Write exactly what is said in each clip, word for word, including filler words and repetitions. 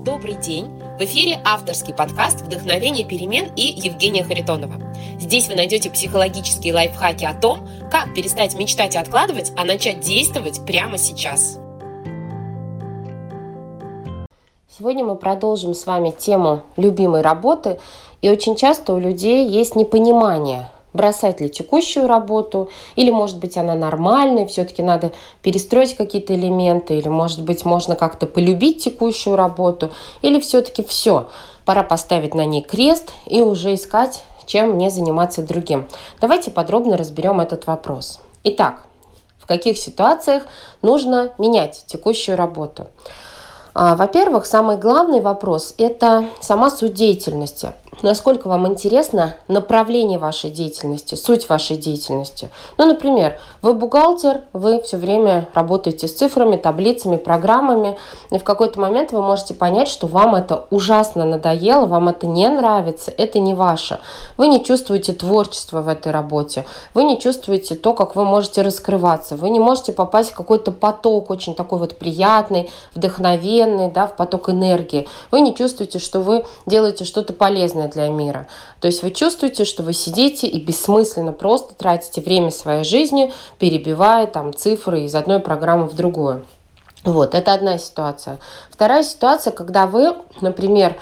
Добрый день! В эфире авторский подкаст «Вдохновение перемен» и Евгения Харитонова. Здесь вы найдете психологические лайфхаки о том, как перестать мечтать и откладывать, а начать действовать прямо сейчас. Сегодня мы продолжим с вами тему любимой работы. И очень часто у людей есть непонимание, бросать ли текущую работу, или, может быть, она нормальная, все-таки надо перестроить какие-то элементы, или, может быть, можно как-то полюбить текущую работу, или все-таки все, пора поставить на ней крест и уже искать, чем мне заниматься другим. Давайте подробно разберем этот вопрос. Итак, в каких ситуациях нужно менять текущую работу? Во-первых, самый главный вопрос – это сама суть деятельности. Насколько вам интересно направление вашей деятельности, суть вашей деятельности. Ну, например, вы бухгалтер, вы все время работаете с цифрами, таблицами, программами, и в какой-то момент вы можете понять, что вам это ужасно надоело, вам это не нравится, это не ваше. Вы не чувствуете творчество в этой работе, вы не чувствуете то, как вы можете раскрываться, вы не можете попасть в какой-то поток очень такой вот приятный, вдохновенный, да, в поток энергии. Вы не чувствуете, что вы делаете что-то полезное для мира. То есть вы чувствуете, что вы сидите и бессмысленно просто тратите время своей жизни, перебивая там цифры из одной программы в другую. Вот, это одна ситуация. Вторая ситуация, когда вы, например,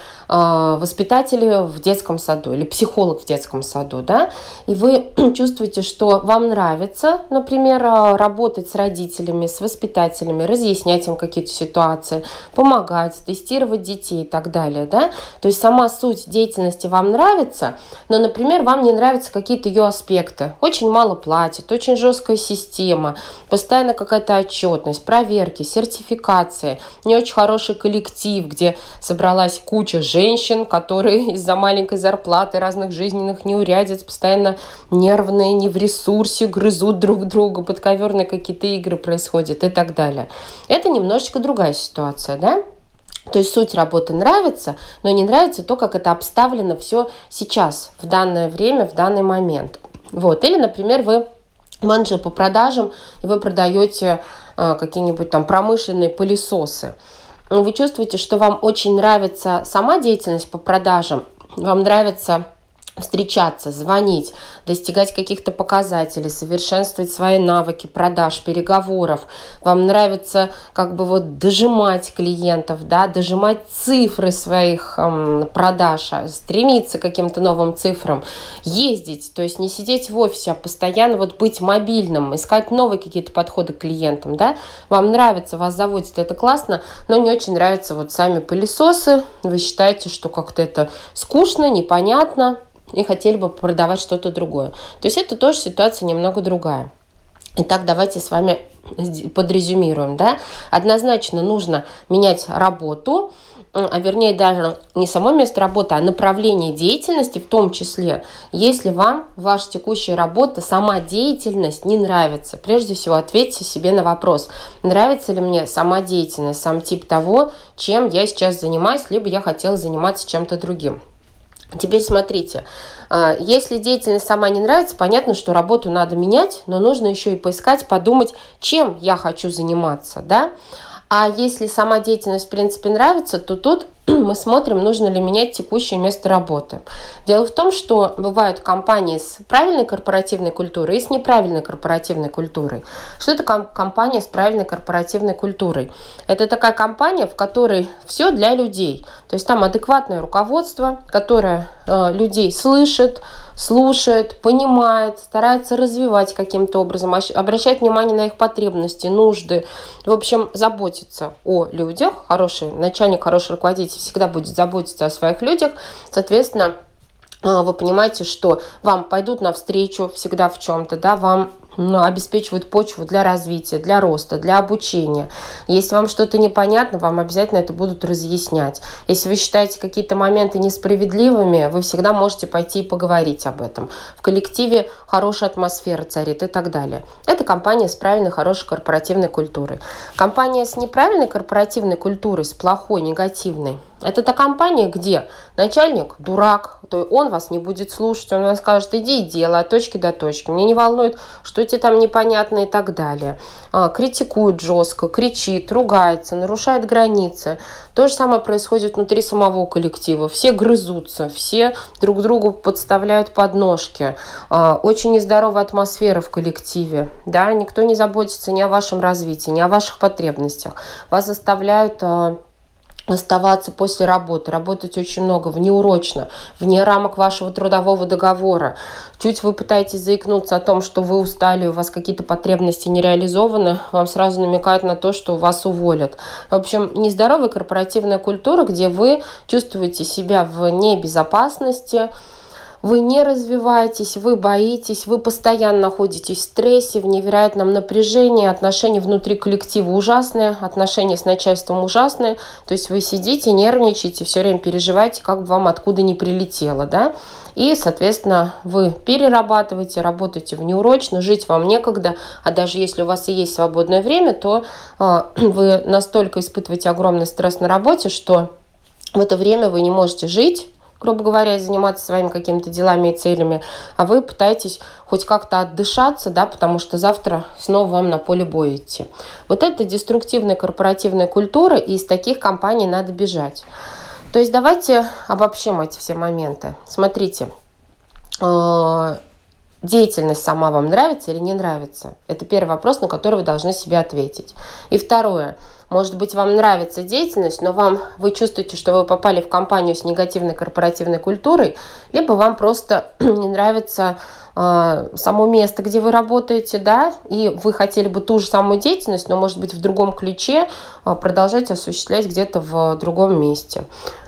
воспитатели в детском саду или психолог в детском саду, да, и вы чувствуете, что вам нравится, например, работать с родителями, с воспитателями, разъяснять им какие-то ситуации, помогать, тестировать детей и так далее, да. То есть сама суть деятельности вам нравится, но, например, вам не нравятся какие-то ее аспекты. Очень мало платят, очень жесткая система, постоянно какая-то отчетность, проверки, сертификации, не очень хороший коллектив, где собралась куча женщин, которые из-за маленькой зарплаты, разных жизненных неурядиц, постоянно нервные, не в ресурсе, грызут друг друга, подковерные какие-то игры происходят и так далее. Это немножечко другая ситуация, да? То есть суть работы нравится, но не нравится то, как это обставлено все сейчас, в данное время, в данный момент. Вот. Или, например, вы менеджер по продажам, и вы продаете э, какие-нибудь там промышленные пылесосы. Вы чувствуете, что вам очень нравится сама деятельность по продажам, вам нравится встречаться, звонить, достигать каких-то показателей, совершенствовать свои навыки продаж, переговоров. Вам нравится как бы вот дожимать клиентов, да, дожимать цифры своих эм, продаж, стремиться к каким-то новым цифрам, ездить, то есть не сидеть в офисе, а постоянно вот быть мобильным, искать новые какие-то подходы к клиентам, да. Вам нравится, вас заводит, это классно, но не очень нравятся вот сами пылесосы. Вы считаете, что как-то это скучно, непонятно, и хотели бы продавать что-то другое. То есть это тоже ситуация немного другая. Итак, давайте с вами подрезюмируем. Да? Однозначно нужно менять работу, а вернее даже не само место работы, а направление деятельности, в том числе, если вам ваша текущая работа, сама деятельность не нравится. Прежде всего ответьте себе на вопрос, нравится ли мне сама деятельность, сам тип того, чем я сейчас занимаюсь, либо я хотела заниматься чем-то другим. Теперь смотрите, если деятельность сама не нравится, понятно, что работу надо менять, но нужно еще и поискать, подумать, чем я хочу заниматься, да? А если сама деятельность, в принципе, нравится, то тут мы смотрим, нужно ли менять текущее место работы. Дело в том, что бывают компании с правильной корпоративной культурой и с неправильной корпоративной культурой. Что это компания с правильной корпоративной культурой? Это такая компания, в которой все для людей. То есть там адекватное руководство, которое э, людей слышит, слушает, понимает, старается развивать каким-то образом, обращать внимание на их потребности, нужды. В общем, заботиться о людях. Хороший начальник, хороший руководитель всегда будет заботиться о своих людях. Соответственно, вы понимаете, что вам пойдут навстречу всегда в чем-то, да, вам ну, обеспечивают почву для развития, для роста, для обучения. Если вам что-то непонятно, вам обязательно это будут разъяснять. Если вы считаете какие-то моменты несправедливыми, вы всегда можете пойти и поговорить об этом. В коллективе хорошая атмосфера царит и так далее. Это компания с правильной, хорошей корпоративной культурой. Компания с неправильной корпоративной культурой, с плохой, негативной, Это та компания, где начальник дурак, то он вас не будет слушать, он вам скажет, иди и делай от точки до точки. Мне не волнует, что тебе там непонятно и так далее. А, критикует жестко, кричит, ругается, нарушает границы. То же самое происходит внутри самого коллектива. Все грызутся, все друг другу подставляют подножки. А, очень нездоровая атмосфера в коллективе. Да? Никто не заботится ни о вашем развитии, ни о ваших потребностях. Вас заставляют... А, оставаться после работы, работать очень много, внеурочно, вне рамок вашего трудового договора. Чуть вы пытаетесь заикнуться о том, что вы устали, у вас какие-то потребности не реализованы, вам сразу намекают на то, что вас уволят. В общем, нездоровая корпоративная культура, где вы чувствуете себя в небезопасности, вы не развиваетесь, вы боитесь, вы постоянно находитесь в стрессе, в невероятном напряжении, отношения внутри коллектива ужасные, отношения с начальством ужасные. То есть вы сидите, нервничаете, все время переживаете, как бы вам откуда ни прилетело, да? И, соответственно, вы перерабатываете, работаете внеурочно, жить вам некогда, а даже если у вас и есть свободное время, то э, вы настолько испытываете огромный стресс на работе, что в это время вы не можете жить, грубо говоря, заниматься своими какими-то делами и целями, а вы пытаетесь хоть как-то отдышаться, да, потому что завтра снова вам на поле боя идти. Вот это деструктивная корпоративная культура, и из таких компаний надо бежать. То есть давайте обобщим эти все моменты. Смотрите, деятельность сама вам нравится или не нравится? Это первый вопрос, на который вы должны себе ответить. И второе. Может быть, вам нравится деятельность, но вам, вы чувствуете, что вы попали в компанию с негативной корпоративной культурой, либо вам просто не нравится э, само место, где вы работаете, да, и вы хотели бы ту же самую деятельность, но, может быть, в другом ключе э, продолжать осуществлять где-то в другом месте.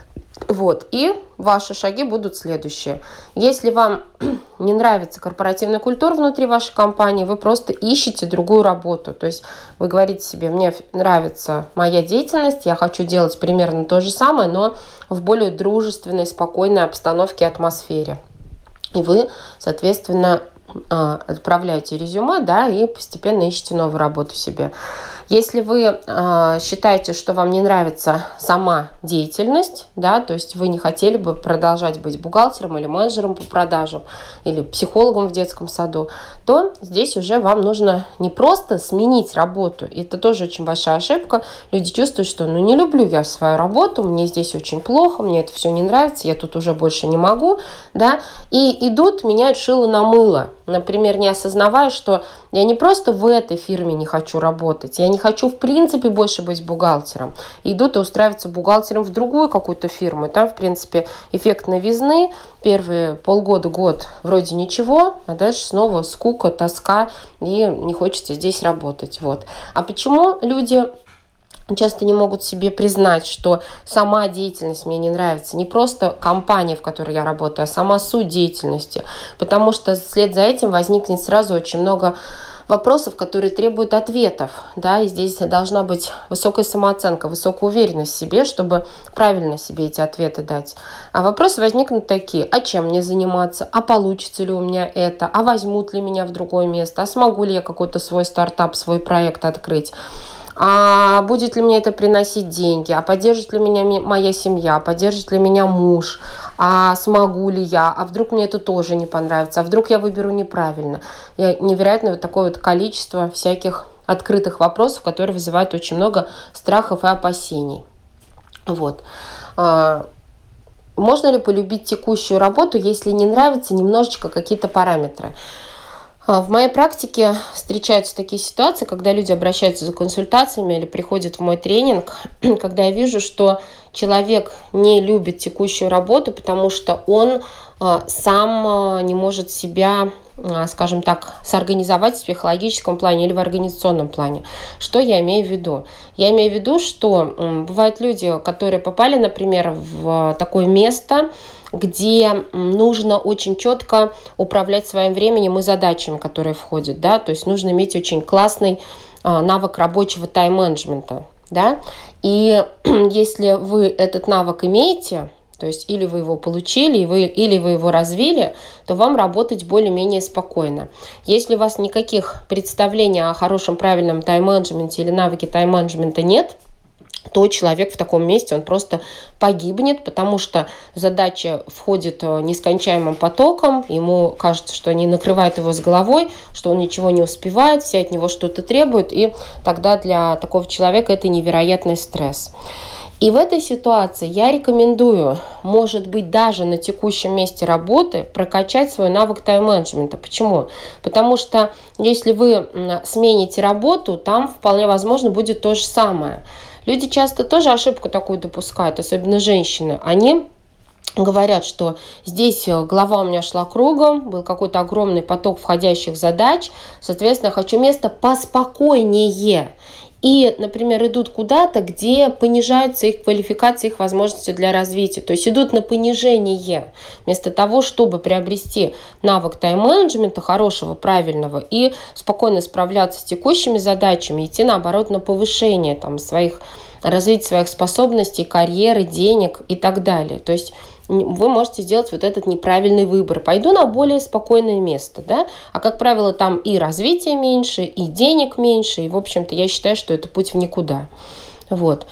Вот, и ваши шаги будут следующие. Если вам не нравится корпоративная культура внутри вашей компании, вы просто ищете другую работу. То есть вы говорите себе, мне нравится моя деятельность, я хочу делать примерно то же самое, но в более дружественной, спокойной обстановке и атмосфере. И вы, соответственно, отправляете резюме, да, и постепенно ищете новую работу себе. Если вы э, считаете, что вам не нравится сама деятельность, да, то есть вы не хотели бы продолжать быть бухгалтером или менеджером по продажам, или психологом в детском саду, то здесь уже вам нужно не просто сменить работу. И это тоже очень большая ошибка. Люди чувствуют, что ну не люблю я свою работу, мне здесь очень плохо, мне это все не нравится, я тут уже больше не могу, да, и идут, меняют шило на мыло. Например, не осознавая, что я не просто в этой фирме не хочу работать, я не хочу в принципе больше быть бухгалтером. Идут и устраиваются бухгалтером в другую какую-то фирму. Там, в принципе, эффект новизны. Первые полгода, год вроде ничего, а дальше снова скука, тоска, и не хочется здесь работать. Вот. А почему люди часто не могут себе признать, что сама деятельность мне не нравится, не просто компания, в которой я работаю, а сама суть деятельности, потому что вслед за этим возникнет сразу очень много вопросов, которые требуют ответов, да, и здесь должна быть высокая самооценка, высокая уверенность в себе, чтобы правильно себе эти ответы дать. А вопросы возникнут такие: а чем мне заниматься, а получится ли у меня это, а возьмут ли меня в другое место, а смогу ли я какой-то свой стартап, свой проект открыть, а будет ли мне это приносить деньги, а поддержит ли меня моя семья, поддержит ли меня муж, а смогу ли я, а вдруг мне это тоже не понравится, а вдруг я выберу неправильно. И невероятное вот такое вот количество всяких открытых вопросов, которые вызывают очень много страхов и опасений. Вот. Можно ли полюбить текущую работу, если не нравятся немножечко какие-то параметры? В моей практике встречаются такие ситуации, когда люди обращаются за консультациями или приходят в мой тренинг, когда я вижу, что человек не любит текущую работу, потому что он сам не может себя, скажем так, сорганизовать в психологическом плане или в организационном плане. Что я имею в виду? Я имею в виду, что бывают люди, которые попали, например, в такое место, где нужно очень четко управлять своим временем и задачами, которые входят, да, то есть нужно иметь очень классный а, навык рабочего тайм-менеджмента, да, и если вы этот навык имеете, то есть или вы его получили, и вы, или вы его развили, то вам работать более-менее спокойно. Если у вас никаких представлений о хорошем, правильном тайм-менеджменте или навыке тайм-менеджмента нет, то человек в таком месте, он просто погибнет, потому что задача входит нескончаемым потоком, ему кажется, что они накрывают его с головой, что он ничего не успевает, все от него что-то требуют, и тогда для такого человека это невероятный стресс. И в этой ситуации я рекомендую, может быть, даже на текущем месте работы прокачать свой навык тайм-менеджмента. Почему? Потому что если вы смените работу, там вполне возможно будет то же самое. Люди часто тоже ошибку такую допускают, особенно женщины. Они говорят, что здесь голова у меня шла кругом, был какой-то огромный поток входящих задач, соответственно, я хочу место поспокойнее. И, например, идут куда-то, где понижаются их квалификации, их возможности для развития. То есть идут на понижение, вместо того, чтобы приобрести навык тайм-менеджмента хорошего, правильного, и спокойно справляться с текущими задачами, идти, наоборот, на повышение там, своих, развитие своих способностей, карьеры, денег и так далее. То есть вы можете сделать вот этот неправильный выбор. Пойду на более спокойное место, да? А, как правило, там и развития меньше, и денег меньше, и, в общем-то, я считаю, что это путь в никуда. Вот.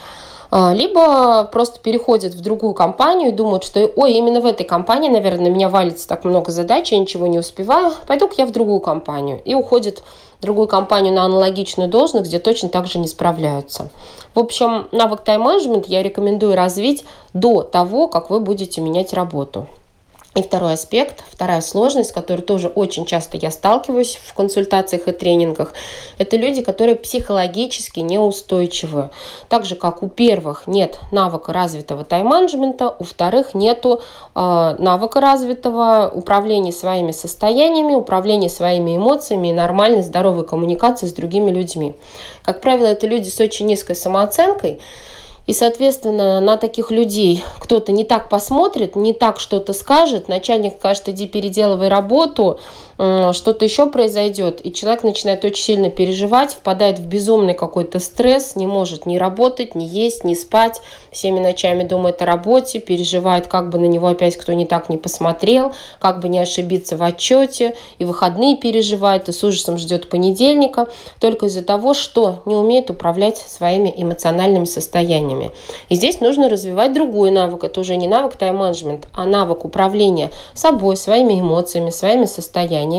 Либо просто переходят в другую компанию и думают, что ой, именно в этой компании, наверное, на меня валится так много задач, я ничего не успеваю, пойду-ка я в другую компанию. И уходят в другую компанию на аналогичную должность, где точно так же не справляются. В общем, навык тайм-менеджмент я рекомендую развить до того, как вы будете менять работу. И второй аспект, вторая сложность, с которой тоже очень часто я сталкиваюсь в консультациях и тренингах, это люди, которые психологически неустойчивы. Так же, как у первых нет навыка развитого тайм-менеджмента, у вторых нету э, навыка развитого управления своими состояниями, управления своими эмоциями и нормальной здоровой коммуникации с другими людьми. Как правило, это люди с очень низкой самооценкой. И, соответственно, на таких людей кто-то не так посмотрит, не так что-то скажет, начальник скажет, иди переделывай работу, что-то еще произойдет, и человек начинает очень сильно переживать, впадает в безумный какой-то стресс, не может ни работать, ни есть, ни спать, всеми ночами думает о работе, переживает, как бы на него опять кто не так не посмотрел, как бы не ошибиться в отчете, и выходные переживает, и с ужасом ждет понедельника, только из-за того, что не умеет управлять своими эмоциональными состояниями. И здесь нужно развивать другой навык, это уже не навык тайм-менеджмент, а навык управления собой, своими эмоциями, своими состояниями.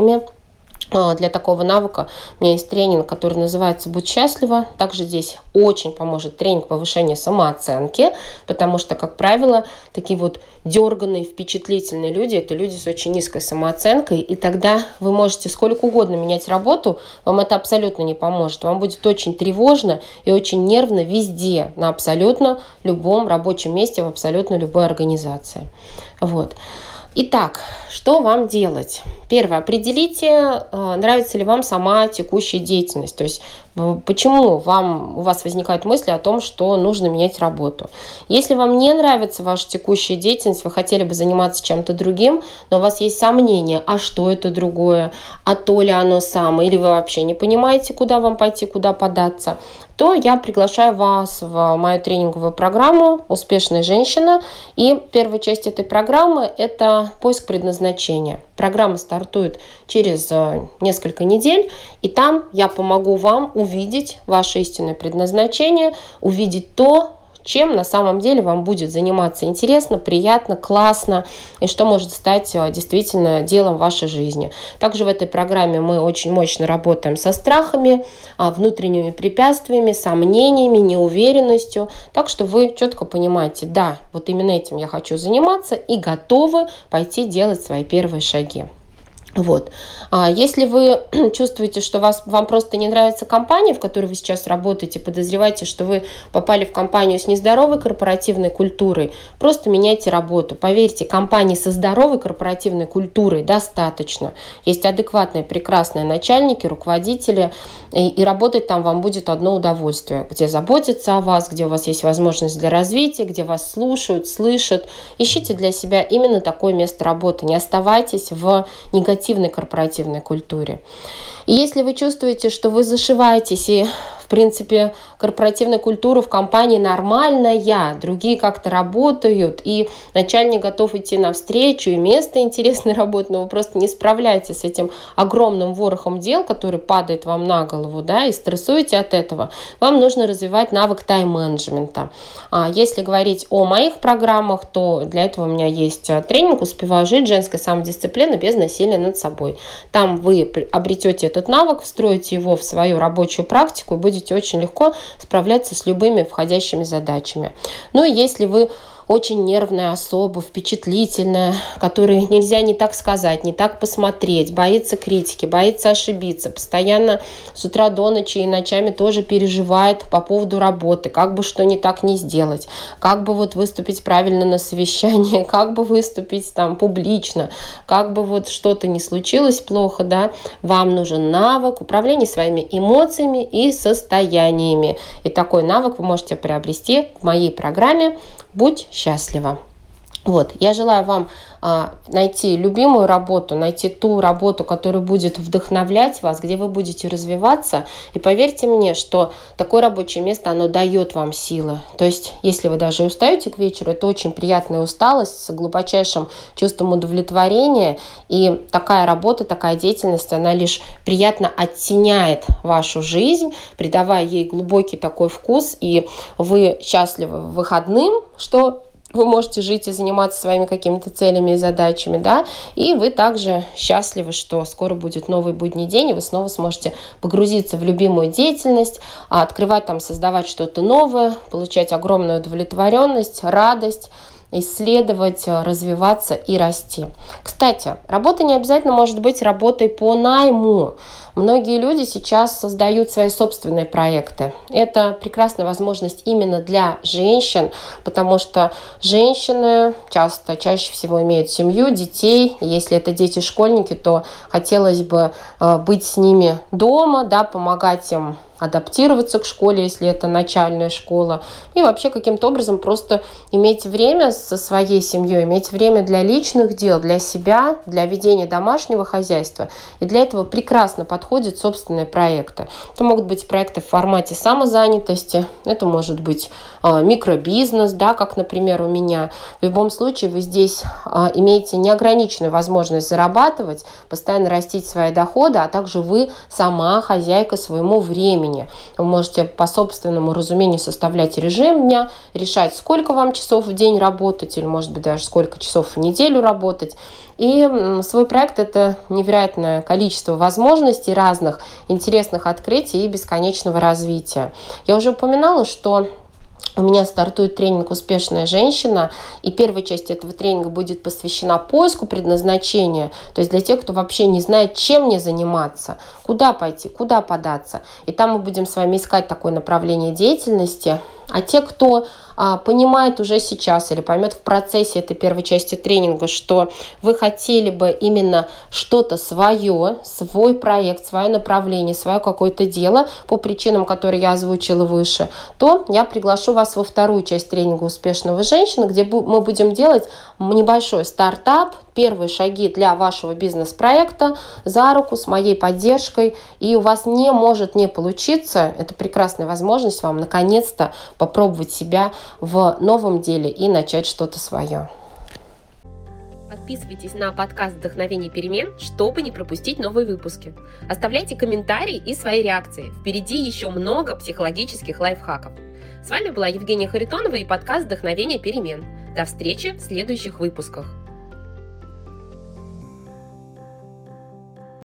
Для такого навыка у меня есть тренинг, который называется «Будь счастлива». Также здесь очень поможет тренинг повышения самооценки, потому что, как правило, такие вот дерганные, впечатлительные люди – это люди с очень низкой самооценкой, и тогда вы можете сколько угодно менять работу, вам это абсолютно не поможет. Вам будет очень тревожно и очень нервно везде, на абсолютно любом рабочем месте, в абсолютно любой организации. Вот. Итак, что вам делать? Первое, определите, нравится ли вам сама текущая деятельность. То есть почему вам, у вас возникают мысли о том, что нужно менять работу. Если вам не нравится ваша текущая деятельность, вы хотели бы заниматься чем-то другим, но у вас есть сомнения, а что это другое, а то ли оно самое, или вы вообще не понимаете, куда вам пойти, куда податься, то я приглашаю вас в мою тренинговую программу «Успешная женщина». И первая часть этой программы – это поиск предназначения. Программа стартует через несколько недель, и там я помогу вам увидеть ваше истинное предназначение, увидеть то, чем на самом деле вам будет заниматься интересно, приятно, классно, и что может стать действительно делом вашей жизни. Также в этой программе мы очень мощно работаем со страхами, внутренними препятствиями, сомнениями, неуверенностью, так что вы четко понимаете, да, вот именно этим я хочу заниматься, и готовы пойти делать свои первые шаги. Вот. А если вы чувствуете, что вас, вам просто не нравится компания, в которой вы сейчас работаете, подозреваете, что вы попали в компанию с нездоровой корпоративной культурой, просто меняйте работу. Поверьте, компании со здоровой корпоративной культурой достаточно. Есть адекватные, прекрасные начальники, руководители, и, и работать там вам будет одно удовольствие, где заботятся о вас, где у вас есть возможность для развития, где вас слушают, слышат. Ищите для себя именно такое место работы. Не оставайтесь в негативной корпоративной культуре. И если вы чувствуете, что вы зашиваетесь и в принципе, корпоративная культура в компании нормальная, другие как-то работают, и начальник готов идти навстречу, и место интересное работать, но вы просто не справляетесь с этим огромным ворохом дел, который падает вам на голову, да, и стрессуете от этого, вам нужно развивать навык тайм-менеджмента. А если говорить о моих программах, то для этого у меня есть тренинг «Успеваю жить. Женская самодисциплина без насилия над собой». Там вы обретете этот навык, встроите его в свою рабочую практику и будете очень легко справляться с любыми входящими задачами. Ну и если вы очень нервная особа, впечатлительная, которой нельзя не так сказать, не так посмотреть, боится критики, боится ошибиться, постоянно с утра до ночи и ночами тоже переживает по поводу работы, как бы что не так не сделать, как бы вот выступить правильно на совещании, как бы выступить там публично, как бы вот что-то не случилось плохо, да, вам нужен навык управления своими эмоциями и состояниями. И такой навык вы можете приобрести в моей программе «Будь счастлива». Вот, я желаю вам а, найти любимую работу, найти ту работу, которая будет вдохновлять вас, где вы будете развиваться. И поверьте мне, что такое рабочее место, оно дает вам силы. То есть, если вы даже устаете к вечеру, это очень приятная усталость с глубочайшим чувством удовлетворения. И такая работа, такая деятельность, она лишь приятно оттеняет вашу жизнь, придавая ей глубокий такой вкус. И вы счастливы выходным, что вы можете жить и заниматься своими какими-то целями и задачами, да, и вы также счастливы, что скоро будет новый будний день, и вы снова сможете погрузиться в любимую деятельность, открывать там, создавать что-то новое, получать огромную удовлетворенность, радость, исследовать, развиваться и расти. Кстати, работа не обязательно может быть работой по найму. Многие люди сейчас создают свои собственные проекты. Это прекрасная возможность именно для женщин, потому что женщины часто, чаще всего имеют семью, детей. Если это дети-школьники, то хотелось бы быть с ними дома, да, помогать им адаптироваться к школе, если это начальная школа, и вообще каким-то образом просто иметь время со своей семьей, иметь время для личных дел, для себя, для ведения домашнего хозяйства. И для этого прекрасно подходят собственные проекты. Это могут быть проекты в формате самозанятости, это может быть э, микробизнес, да, как, например, у меня. В любом случае вы здесь э, имеете неограниченную возможность зарабатывать, постоянно растить свои доходы, а также вы сама хозяйка своему времени. Вы можете по собственному разумению составлять режим дня, решать, сколько вам часов в день работать, или, может быть, даже сколько часов в неделю работать. И свой проект – это невероятное количество возможностей разных, интересных открытий и бесконечного развития. Я уже упоминала, что у меня стартует тренинг «Успешная женщина», и первая часть этого тренинга будет посвящена поиску предназначения, то есть для тех, кто вообще не знает, чем мне заниматься, куда пойти, куда податься. И там мы будем с вами искать такое направление деятельности. А те, кто а, понимает уже сейчас или поймет в процессе этой первой части тренинга, что вы хотели бы именно что-то свое, свой проект, свое направление, свое какое-то дело по причинам, которые я озвучила выше, то я приглашу вас во вторую часть тренинга «Успешного женщины», где мы будем делать небольшой стартап, первые шаги для вашего бизнес-проекта за руку с моей поддержкой. И у вас не может не получиться. Это прекрасная возможность вам наконец-то попробовать себя в новом деле и начать что-то свое. Подписывайтесь на подкаст «Вдохновение перемен», чтобы не пропустить новые выпуски. Оставляйте комментарии и свои реакции. Впереди еще много психологических лайфхаков. С вами была Евгения Харитонова и подкаст «Вдохновение перемен». До встречи в следующих выпусках.